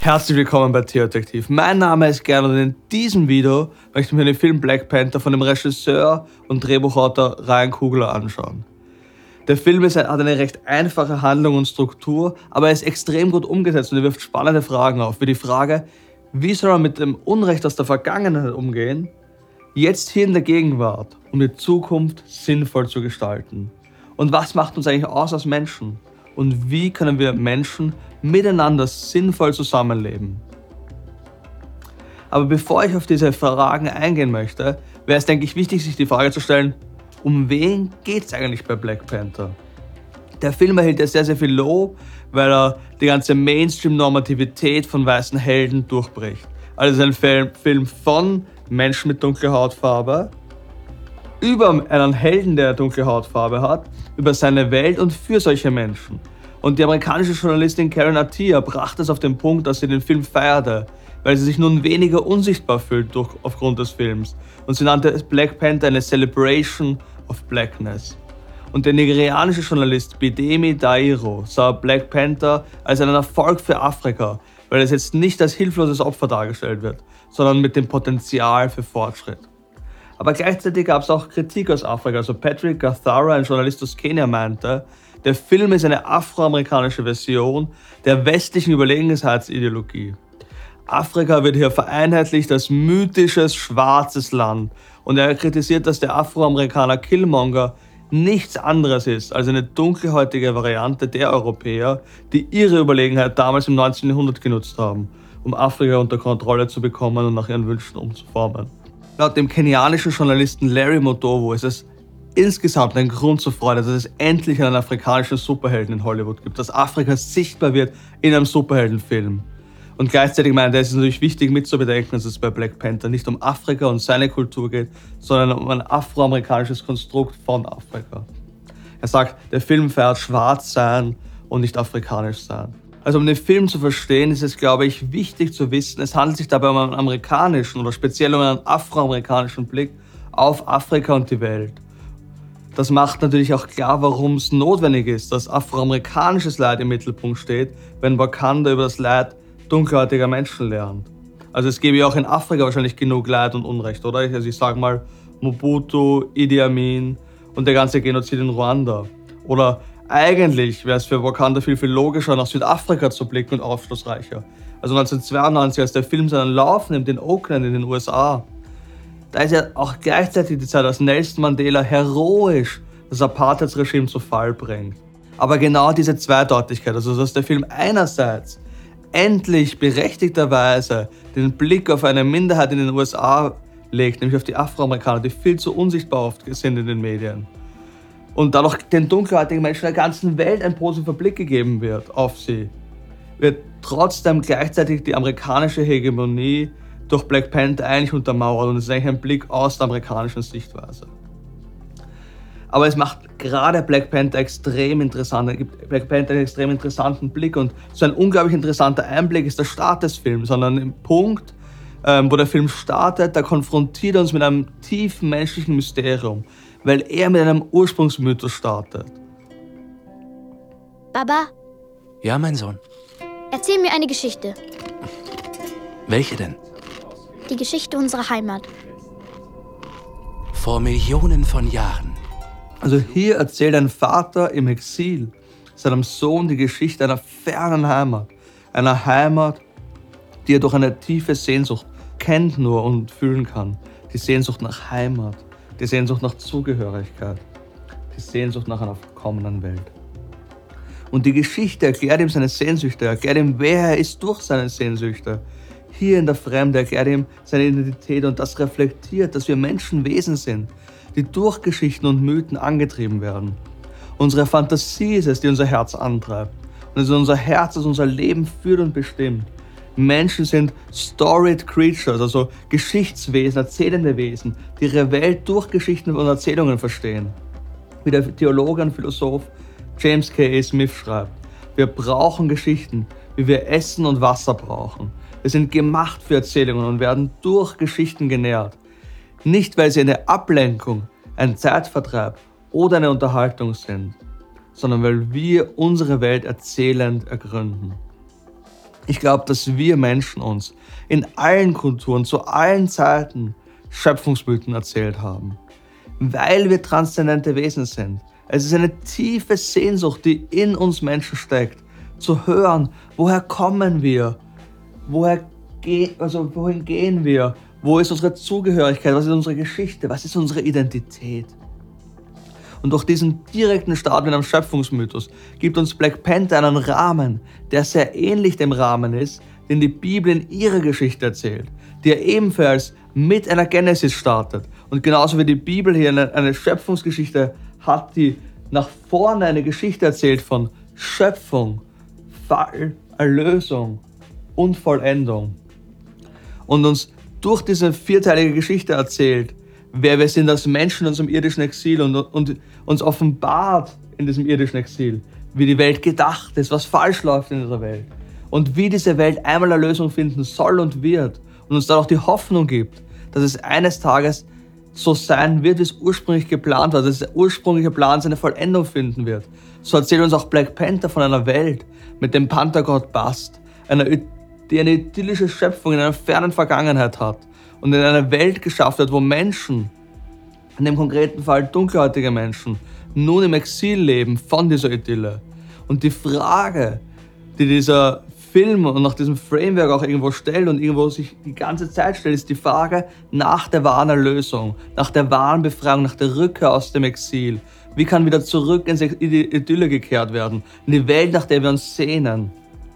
Herzlich willkommen bei Theodetektiv. Mein Name ist Gernot und in diesem Video möchte ich mir den Film Black Panther von dem Regisseur und Drehbuchautor Ryan Coogler anschauen. Der Film hat eine recht einfache Handlung und Struktur, aber er ist extrem gut umgesetzt und er wirft spannende Fragen auf, wie die Frage, wie soll man mit dem Unrecht aus der Vergangenheit umgehen, jetzt hier in der Gegenwart, um die Zukunft sinnvoll zu gestalten. Und was macht uns eigentlich aus als Menschen? Und wie können wir Menschen miteinander sinnvoll zusammenleben? Aber bevor ich auf diese Fragen eingehen möchte, wäre es, denke ich, wichtig, sich die Frage zu stellen, um wen geht es eigentlich bei Black Panther? Der Film erhielt ja sehr, sehr viel Lob, weil er die ganze Mainstream-Normativität von weißen Helden durchbricht. Also ein Film von Menschen mit dunkler Hautfarbe, über einen Helden, der dunkle Hautfarbe hat, über seine Welt und für solche Menschen. Und die amerikanische Journalistin Karen Attiah brachte es auf den Punkt, dass sie den Film feierte, weil sie sich nun weniger unsichtbar fühlt aufgrund des Films. Und sie nannte Black Panther eine Celebration of Blackness. Und der nigerianische Journalist Bidemi Dairo sah Black Panther als einen Erfolg für Afrika, weil es jetzt nicht als hilfloses Opfer dargestellt wird, sondern mit dem Potenzial für Fortschritt. Aber gleichzeitig gab es auch Kritik aus Afrika. Also Patrick Gathara, ein Journalist aus Kenia, meinte, der Film ist eine afroamerikanische Version der westlichen Überlegenheitsideologie. Afrika wird hier vereinheitlicht als mythisches, schwarzes Land. Und er kritisiert, dass der Afroamerikaner Killmonger nichts anderes ist als eine dunkelhäutige Variante der Europäer, die ihre Überlegenheit damals im 19. Jahrhundert genutzt haben, um Afrika unter Kontrolle zu bekommen und nach ihren Wünschen umzuformen. Laut dem kenianischen Journalisten Larry Modovo ist es insgesamt ein Grund zur Freude, dass es endlich einen afrikanischen Superhelden in Hollywood gibt, dass Afrika sichtbar wird in einem Superheldenfilm. Und gleichzeitig meint er, es ist natürlich wichtig mitzubedenken, dass es bei Black Panther nicht um Afrika und seine Kultur geht, sondern um ein afroamerikanisches Konstrukt von Afrika. Er sagt, der Film feiert schwarz sein und nicht afrikanisch sein. Also um den Film zu verstehen, ist es, glaube ich, wichtig zu wissen, es handelt sich dabei um einen amerikanischen oder speziell um einen afroamerikanischen Blick auf Afrika und die Welt. Das macht natürlich auch klar, warum es notwendig ist, dass afroamerikanisches Leid im Mittelpunkt steht, wenn Wakanda über das Leid dunkelhäutiger Menschen lernt. Also es gäbe ja auch in Afrika wahrscheinlich genug Leid und Unrecht, oder? Also ich sage mal Mobutu, Idi Amin und der ganze Genozid in Ruanda. Oder eigentlich wäre es für Wakanda viel, viel logischer, nach Südafrika zu blicken und aufschlussreicher. Also 1992, als der Film seinen Lauf nimmt in Oakland in den USA, da ist ja auch gleichzeitig die Zeit, als Nelson Mandela heroisch das Apartheidsregime zu Fall bringt. Aber genau diese Zweideutigkeit, also dass der Film einerseits endlich berechtigterweise den Blick auf eine Minderheit in den USA legt, nämlich auf die Afroamerikaner, die viel zu unsichtbar oft sind in den Medien, und dadurch den dunkelhäutigen Menschen der ganzen Welt ein positiver Blick gegeben wird auf sie, wird trotzdem gleichzeitig die amerikanische Hegemonie durch Black Panther eigentlich untermauert und es ist eigentlich ein Blick aus der amerikanischen Sichtweise. Aber es macht gerade Black Panther extrem interessant, gibt Black Panther einen extrem interessanten Blick und so ein unglaublich interessanter Einblick ist der Start des Films, sondern im Punkt, wo der Film startet, da konfrontiert er uns mit einem tiefen menschlichen Mysterium, weil er mit einem Ursprungsmythos startet. Baba? Ja, mein Sohn. Erzähl mir eine Geschichte. Welche denn? Die Geschichte unserer Heimat. Vor Millionen von Jahren. Also hier erzählt ein Vater im Exil seinem Sohn die Geschichte einer fernen Heimat. Einer Heimat, die er durch eine tiefe Sehnsucht kennt nur und fühlen kann. Die Sehnsucht nach Heimat, die Sehnsucht nach Zugehörigkeit, die Sehnsucht nach einer vollkommenen Welt. Und die Geschichte erklärt ihm seine Sehnsüchte, erklärt ihm, wer er ist durch seine Sehnsüchte. Hier in der Fremde erklärt ihm seine Identität und das reflektiert, dass wir Menschenwesen sind, die durch Geschichten und Mythen angetrieben werden. Unsere Fantasie ist es, die unser Herz antreibt. Und es ist unser Herz, das unser Leben führt und bestimmt. Menschen sind storied creatures, also Geschichtswesen, erzählende Wesen, die ihre Welt durch Geschichten und Erzählungen verstehen. Wie der Theologe und Philosoph James K.A. Smith schreibt, wir brauchen Geschichten, wie wir Essen und Wasser brauchen. Wir sind gemacht für Erzählungen und werden durch Geschichten genährt. Nicht, weil sie eine Ablenkung, ein Zeitvertreib oder eine Unterhaltung sind, sondern weil wir unsere Welt erzählend ergründen. Ich glaube, dass wir Menschen uns in allen Kulturen, zu allen Zeiten Schöpfungsmythen erzählt haben, weil wir transzendente Wesen sind. Es ist eine tiefe Sehnsucht, die in uns Menschen steckt, zu hören, woher kommen wir, wohin gehen wir, wo ist unsere Zugehörigkeit, was ist unsere Geschichte, was ist unsere Identität. Und durch diesen direkten Start mit einem Schöpfungsmythos gibt uns Black Panther einen Rahmen, der sehr ähnlich dem Rahmen ist, den die Bibel in ihrer Geschichte erzählt, die er ebenfalls mit einer Genesis startet. Und genauso wie die Bibel hier eine Schöpfungsgeschichte hat, die nach vorne eine Geschichte erzählt von Schöpfung, Fall, Erlösung und Vollendung. Und uns durch diese vierteilige Geschichte erzählt, wer wir sind als Menschen in unserem irdischen Exil und uns offenbart in diesem irdischen Exil, wie die Welt gedacht ist, was falsch läuft in dieser Welt und wie diese Welt einmal Erlösung finden soll und wird und uns dann auch die Hoffnung gibt, dass es eines Tages so sein wird, wie es ursprünglich geplant war, dass der ursprüngliche Plan seine Vollendung finden wird. So erzählt uns auch Black Panther von einer Welt mit dem Panthergott Bast, die eine idyllische Schöpfung in einer fernen Vergangenheit hat und in einer Welt geschafft hat, wo Menschen, in dem konkreten Fall dunkelhäutige Menschen, nun im Exil leben von dieser Idylle. Und die Frage, die dieser Film und nach diesem Framework auch irgendwo stellt und irgendwo sich die ganze Zeit stellt, ist die Frage nach der wahren Erlösung, nach der wahren Befreiung, nach der Rückkehr aus dem Exil. Wie kann wieder zurück in die Idylle gekehrt werden, in die Welt, nach der wir uns sehnen?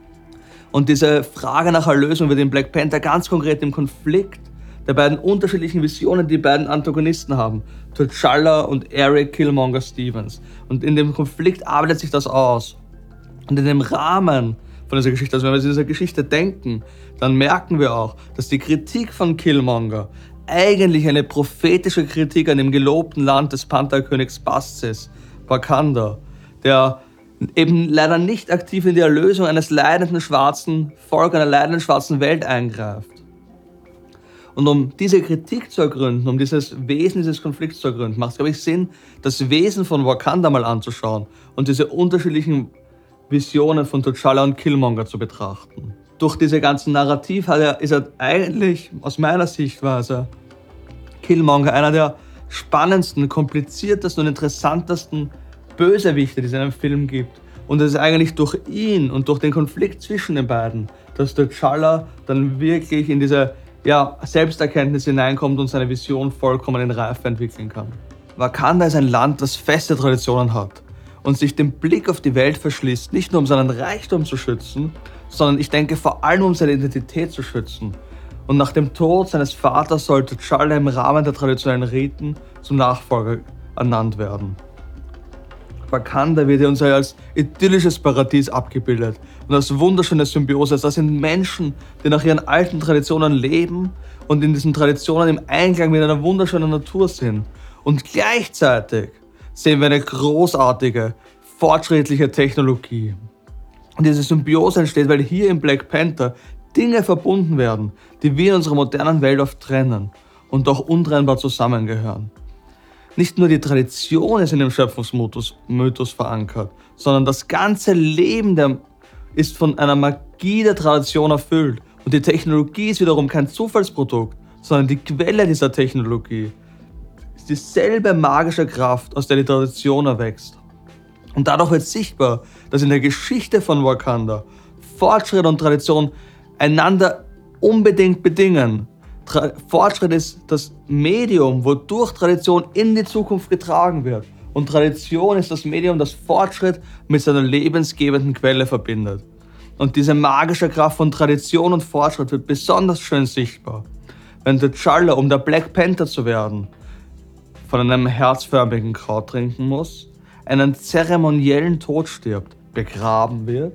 Und diese Frage nach Erlösung wird in Black Panther ganz konkret im Konflikt der beiden unterschiedlichen Visionen, die beiden Antagonisten haben, T'Challa und Eric Killmonger Stevens. Und in dem Konflikt arbeitet sich das aus. Und in dem Rahmen von dieser Geschichte, also wenn wir in dieser Geschichte denken, dann merken wir auch, dass die Kritik von Killmonger eigentlich eine prophetische Kritik an dem gelobten Land des Pantherkönigs Bast ist, Wakanda, der eben leider nicht aktiv in die Erlösung eines leidenden schwarzen Volkes, einer leidenden schwarzen Welt eingreift. Und um diese Kritik zu ergründen, um dieses Wesen dieses Konflikts zu ergründen, macht es, glaube ich, Sinn, das Wesen von Wakanda mal anzuschauen und diese unterschiedlichen Visionen von T'Challa und Killmonger zu betrachten. Durch diese ganzen Narrativ ist er eigentlich, aus meiner Sichtweise, Killmonger einer der spannendsten, kompliziertesten und interessantesten Bösewichte, die es in einem Film gibt. Und es ist eigentlich durch ihn und durch den Konflikt zwischen den beiden, dass T'Challa dann wirklich in diese Selbsterkenntnis hineinkommt und seine Vision vollkommen in Reife entwickeln kann. Wakanda ist ein Land, das feste Traditionen hat und sich den Blick auf die Welt verschließt, nicht nur um seinen Reichtum zu schützen, sondern ich denke vor allem um seine Identität zu schützen. Und nach dem Tod seines Vaters sollte T'Challa im Rahmen der traditionellen Riten zum Nachfolger ernannt werden. Wakanda wird uns als idyllisches Paradies abgebildet und als wunderschöne Symbiose. Das sind Menschen, die nach ihren alten Traditionen leben und in diesen Traditionen im Einklang mit einer wunderschönen Natur sind. Und gleichzeitig sehen wir eine großartige, fortschrittliche Technologie. Und diese Symbiose entsteht, weil hier im Black Panther Dinge verbunden werden, die wir in unserer modernen Welt oft trennen und doch untrennbar zusammengehören. Nicht nur die Tradition ist in dem Schöpfungsmythos verankert, sondern das ganze Leben ist von einer Magie der Tradition erfüllt. Und die Technologie ist wiederum kein Zufallsprodukt, sondern die Quelle dieser Technologie ist dieselbe magische Kraft, aus der die Tradition erwächst. Und dadurch wird sichtbar, dass in der Geschichte von Wakanda Fortschritt und Tradition einander unbedingt bedingen. Fortschritt ist das Medium, wodurch Tradition in die Zukunft getragen wird. Und Tradition ist das Medium, das Fortschritt mit seiner lebensgebenden Quelle verbindet. Und diese magische Kraft von Tradition und Fortschritt wird besonders schön sichtbar, wenn T'Challa, um der Black Panther zu werden, von einem herzförmigen Kraut trinken muss, einen zeremoniellen Tod stirbt, begraben wird,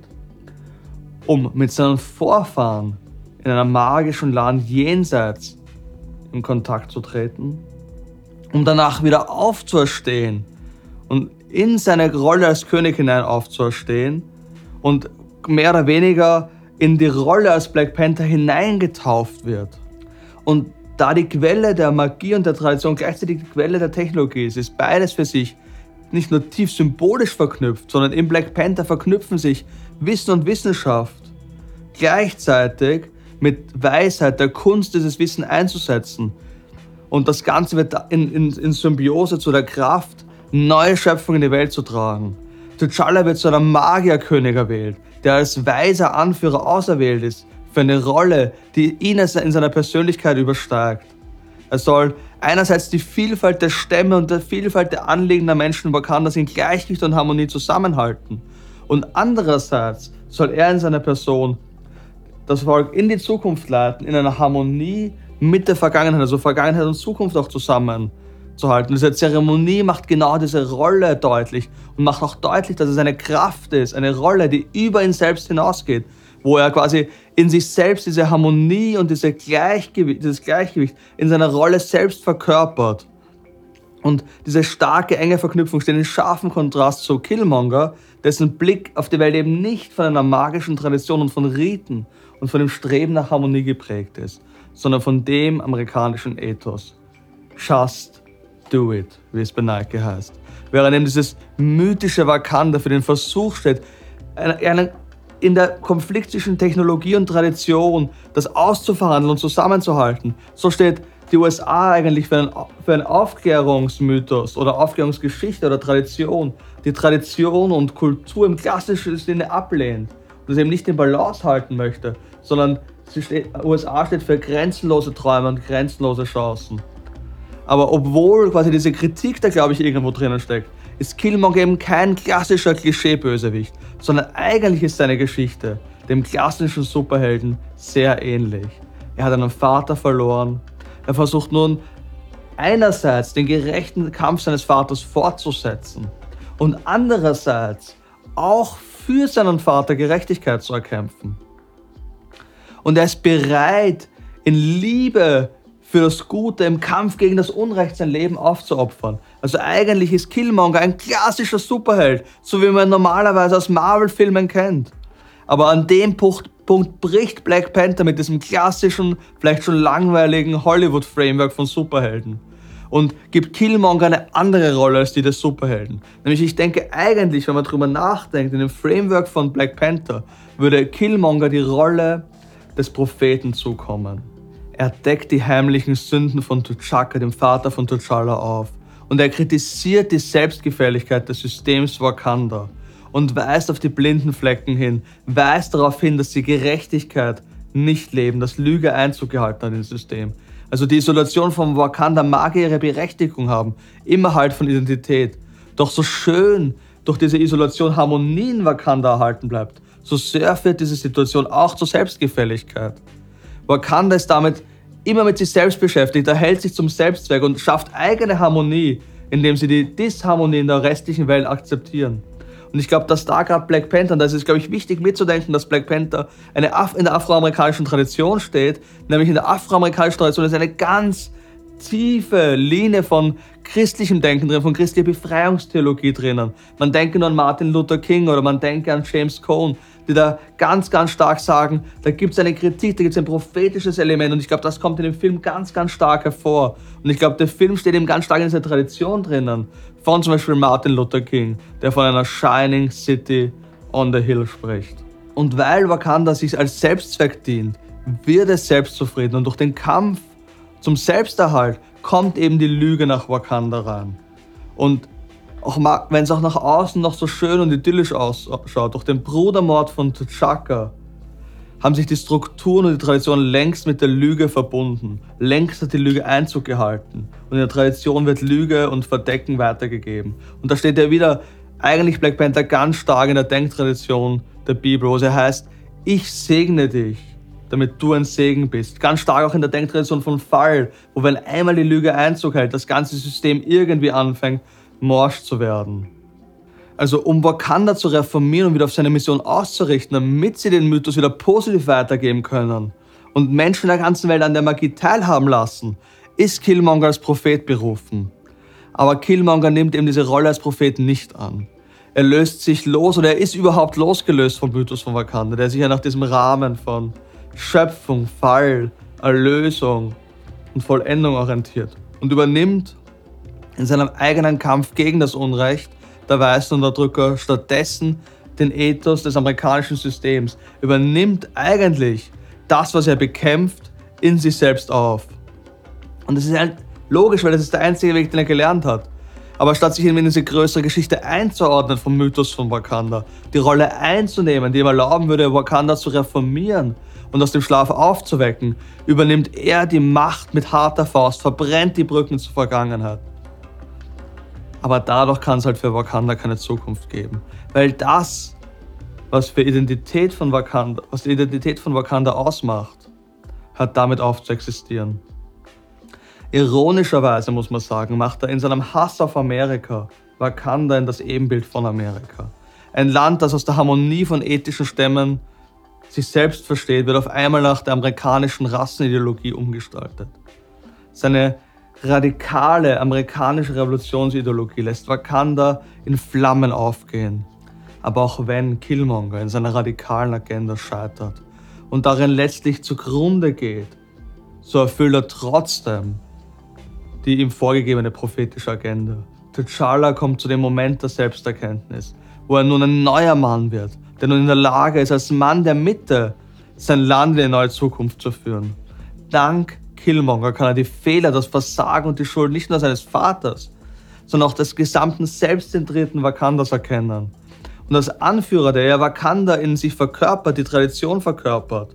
um mit seinen Vorfahren in einem magischen Land jenseits in Kontakt zu treten, um danach wieder aufzuerstehen und in seine Rolle als König hinein aufzuerstehen und mehr oder weniger in die Rolle als Black Panther hineingetauft wird. Und da die Quelle der Magie und der Tradition gleichzeitig die Quelle der Technologie ist beides für sich nicht nur tief symbolisch verknüpft, sondern im Black Panther verknüpfen sich Wissen und Wissenschaft gleichzeitig mit Weisheit der Kunst dieses Wissen einzusetzen. Und das Ganze wird in Symbiose zu der Kraft, neue Schöpfungen in die Welt zu tragen. T'Challa wird zu einem Magierkönig erwählt, der als weiser Anführer auserwählt ist für eine Rolle, die ihn in seiner Persönlichkeit übersteigt. Er soll einerseits die Vielfalt der Stämme und der Vielfalt der Anliegen der Menschen in Wakandas in Gleichgewicht und Harmonie zusammenhalten. Und andererseits soll er in seiner Person das Volk in die Zukunft leiten, in einer Harmonie mit der Vergangenheit, also Vergangenheit und Zukunft auch zusammenzuhalten. Diese Zeremonie macht genau diese Rolle deutlich und macht auch deutlich, dass es eine Kraft ist, eine Rolle, die über ihn selbst hinausgeht, wo er quasi in sich selbst diese Harmonie und dieses Gleichgewicht in seiner Rolle selbst verkörpert. Und diese starke, enge Verknüpfung steht in scharfem Kontrast zu Killmonger, dessen Blick auf die Welt eben nicht von einer magischen Tradition und von Riten und von dem Streben nach Harmonie geprägt ist, sondern von dem amerikanischen Ethos. Just do it, wie es bei Nike heißt. Während eben dieses mythische Wakanda für den Versuch steht, in der Konflikt zwischen Technologie und Tradition das auszuverhandeln und zusammenzuhalten, so steht die USA eigentlich für einen Aufklärungsmythos oder Aufklärungsgeschichte oder Tradition, die Tradition und Kultur im klassischen Sinne ablehnt und es eben nicht in Balance halten möchte, sondern USA steht für grenzenlose Träume und grenzenlose Chancen. Aber obwohl quasi diese Kritik da, glaube ich, irgendwo drinnen steckt, ist Killmonger eben kein klassischer Klischee-Bösewicht, sondern eigentlich ist seine Geschichte dem klassischen Superhelden sehr ähnlich. Er hat einen Vater verloren. Er versucht nun einerseits den gerechten Kampf seines Vaters fortzusetzen und andererseits auch für seinen Vater Gerechtigkeit zu erkämpfen. Und er ist bereit, in Liebe für das Gute, im Kampf gegen das Unrecht sein Leben aufzuopfern. Also eigentlich ist Killmonger ein klassischer Superheld, so wie man ihn normalerweise aus Marvel-Filmen kennt. Aber an dem Punkt bricht Black Panther mit diesem klassischen, vielleicht schon langweiligen Hollywood-Framework von Superhelden und gibt Killmonger eine andere Rolle als die des Superhelden. Nämlich ich denke eigentlich, wenn man darüber nachdenkt, in dem Framework von Black Panther, würde Killmonger die Rolle des Propheten zukommen. Er deckt die heimlichen Sünden von T'Chaka, dem Vater von T'Challa, auf. Und er kritisiert die Selbstgefälligkeit des Systems Wakanda und weist auf die blinden Flecken hin, weist darauf hin, dass sie Gerechtigkeit nicht leben, dass Lüge Einzug gehalten hat ins System. Also die Isolation von Wakanda mag ihre Berechtigung haben, im Erhalt von Identität. Doch so schön durch diese Isolation Harmonie in Wakanda erhalten bleibt, so sehr führt diese Situation auch zur Selbstgefälligkeit. Wakanda ist damit immer mit sich selbst beschäftigt, erhält sich zum Selbstzweck und schafft eigene Harmonie, indem sie die Disharmonie in der restlichen Welt akzeptieren. Und ich glaube, dass da gerade Black Panther, und das ist, glaube ich, wichtig mitzudenken, dass Black Panther in der afroamerikanischen Tradition steht, nämlich in der afroamerikanischen Tradition ist eine ganz tiefe Linie von christlichem Denken drin, von christlicher Befreiungstheologie drinnen. Man denke nur an Martin Luther King oder man denke an James Cone, die da ganz, ganz stark sagen, da gibt es eine Kritik, da gibt es ein prophetisches Element und ich glaube, das kommt in dem Film ganz, ganz stark hervor. Und ich glaube, der Film steht eben ganz stark in dieser Tradition drinnen, von zum Beispiel Martin Luther King, der von einer Shining City on the Hill spricht. Und weil Wakanda sich als Selbstzweck dient, wird es selbstzufrieden und durch den Kampf zum Selbsterhalt kommt eben die Lüge nach Wakanda rein. Und auch wenn es auch nach außen noch so schön und idyllisch ausschaut, durch den Brudermord von T'Chaka haben sich die Strukturen und die Tradition längst mit der Lüge verbunden. Längst hat die Lüge Einzug gehalten. Und in der Tradition wird Lüge und Verdecken weitergegeben. Und da steht ja wieder eigentlich Black Panther ganz stark in der Denktradition der Bibel, wo sie heißt, ich segne dich, damit du ein Segen bist. Ganz stark auch in der Denktradition von Fall, wo wenn einmal die Lüge Einzug hält, das ganze System irgendwie anfängt, morsch zu werden. Also um Wakanda zu reformieren und wieder auf seine Mission auszurichten, damit sie den Mythos wieder positiv weitergeben können und Menschen in der ganzen Welt an der Magie teilhaben lassen, ist Killmonger als Prophet berufen. Aber Killmonger nimmt eben diese Rolle als Prophet nicht an. Er löst sich los oder er ist überhaupt losgelöst vom Mythos von Wakanda, der sich ja nach diesem Rahmen von Schöpfung, Fall, Erlösung und Vollendung orientiert und übernimmt in seinem eigenen Kampf gegen das Unrecht der weißen Unterdrücker stattdessen den Ethos des amerikanischen Systems, übernimmt eigentlich das, was er bekämpft, in sich selbst auf. Und das ist halt logisch, weil das ist der einzige Weg, den er gelernt hat. Aber statt sich in diese größere Geschichte einzuordnen vom Mythos von Wakanda, die Rolle einzunehmen, die ihm erlauben würde, Wakanda zu reformieren und aus dem Schlaf aufzuwecken, übernimmt er die Macht mit harter Faust, verbrennt die Brücken zur Vergangenheit. Aber dadurch kann es halt für Wakanda keine Zukunft geben. Weil das, was die Identität von Wakanda ausmacht, hört damit auf zu existieren. Ironischerweise muss man sagen, macht er in seinem Hass auf Amerika Wakanda in das Ebenbild von Amerika. Ein Land, das aus der Harmonie von ethischen Stämmen sich selbst versteht, wird auf einmal nach der amerikanischen Rassenideologie umgestaltet. Seine radikale amerikanische Revolutionsideologie lässt Wakanda in Flammen aufgehen. Aber auch wenn Killmonger in seiner radikalen Agenda scheitert und darin letztlich zugrunde geht, so erfüllt er trotzdem die ihm vorgegebene prophetische Agenda. T'Challa kommt zu dem Moment der Selbsterkenntnis, wo er nun ein neuer Mann wird, der nun in der Lage ist, als Mann der Mitte sein Land in eine neue Zukunft zu führen. Dank Killmonger kann er die Fehler, das Versagen und die Schuld nicht nur seines Vaters, sondern auch des gesamten selbstzentrierten Wakandas erkennen. Und als Anführer, der ja Wakanda in sich verkörpert, die Tradition verkörpert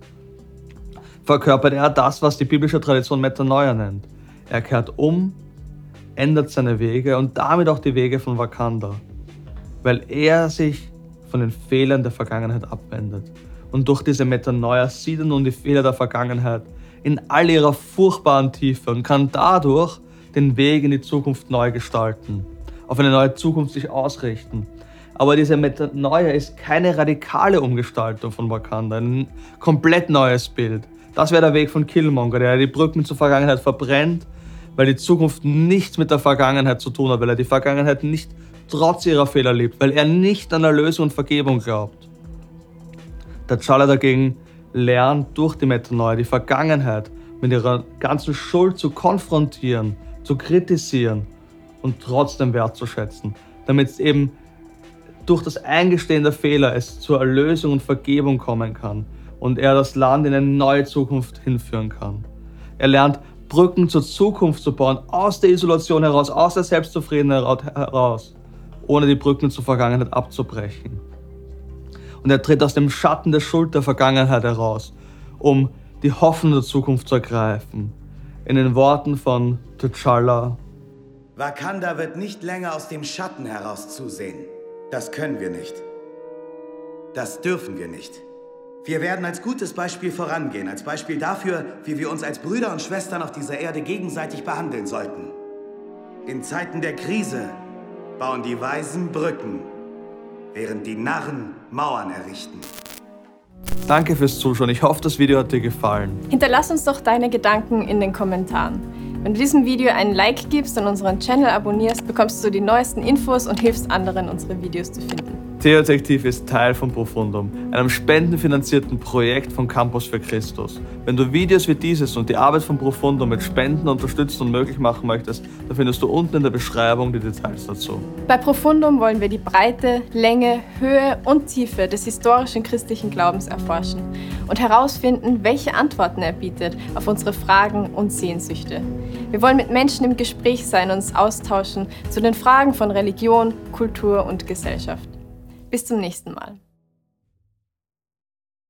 er das, was die biblische Tradition Metanoia nennt. Er kehrt um, ändert seine Wege und damit auch die Wege von Wakanda, weil er sich von den Fehlern der Vergangenheit abwendet. Und durch diese Metanoia sieht er nun die Fehler der Vergangenheit in all ihrer furchtbaren Tiefe und kann dadurch den Weg in die Zukunft neu gestalten, auf eine neue Zukunft sich ausrichten. Aber diese Metanoia ist keine radikale Umgestaltung von Wakanda, ein komplett neues Bild. Das wäre der Weg von Killmonger, der die Brücken zur Vergangenheit verbrennt, weil die Zukunft nichts mit der Vergangenheit zu tun hat, weil er die Vergangenheit nicht trotz ihrer Fehler liebt, weil er nicht an Erlösung und Vergebung glaubt. T'Challa dagegen lernt durch die Metanoia die Vergangenheit mit ihrer ganzen Schuld zu konfrontieren, zu kritisieren und trotzdem wertzuschätzen, damit es eben durch das Eingestehen der Fehler es zur Erlösung und Vergebung kommen kann und er das Land in eine neue Zukunft hinführen kann. Er lernt, Brücken zur Zukunft zu bauen, aus der Isolation heraus, aus der Selbstzufriedenheit heraus, ohne die Brücken zur Vergangenheit abzubrechen. Und er tritt aus dem Schatten der Schuld der Vergangenheit heraus, um die Hoffnung der Zukunft zu ergreifen. In den Worten von T'Challa: Wakanda wird nicht länger aus dem Schatten heraus zusehen. Das können wir nicht. Das dürfen wir nicht. Wir werden als gutes Beispiel vorangehen, als Beispiel dafür, wie wir uns als Brüder und Schwestern auf dieser Erde gegenseitig behandeln sollten. In Zeiten der Krise bauen die Weisen Brücken, während die Narren Mauern errichten. Danke fürs Zuschauen. Ich hoffe, das Video hat dir gefallen. Hinterlass uns doch deine Gedanken in den Kommentaren. Wenn du diesem Video einen Like gibst und unseren Channel abonnierst, bekommst du die neuesten Infos und hilfst anderen, unsere Videos zu finden. Theodetektiv ist Teil von Profundum, einem spendenfinanzierten Projekt von Campus für Christus. Wenn du Videos wie dieses und die Arbeit von Profundum mit Spenden unterstützen und möglich machen möchtest, dann findest du unten in der Beschreibung die Details dazu. Bei Profundum wollen wir die Breite, Länge, Höhe und Tiefe des historischen christlichen Glaubens erforschen und herausfinden, welche Antworten er bietet auf unsere Fragen und Sehnsüchte. Wir wollen mit Menschen im Gespräch sein und uns austauschen zu den Fragen von Religion, Kultur und Gesellschaft. Bis zum nächsten Mal.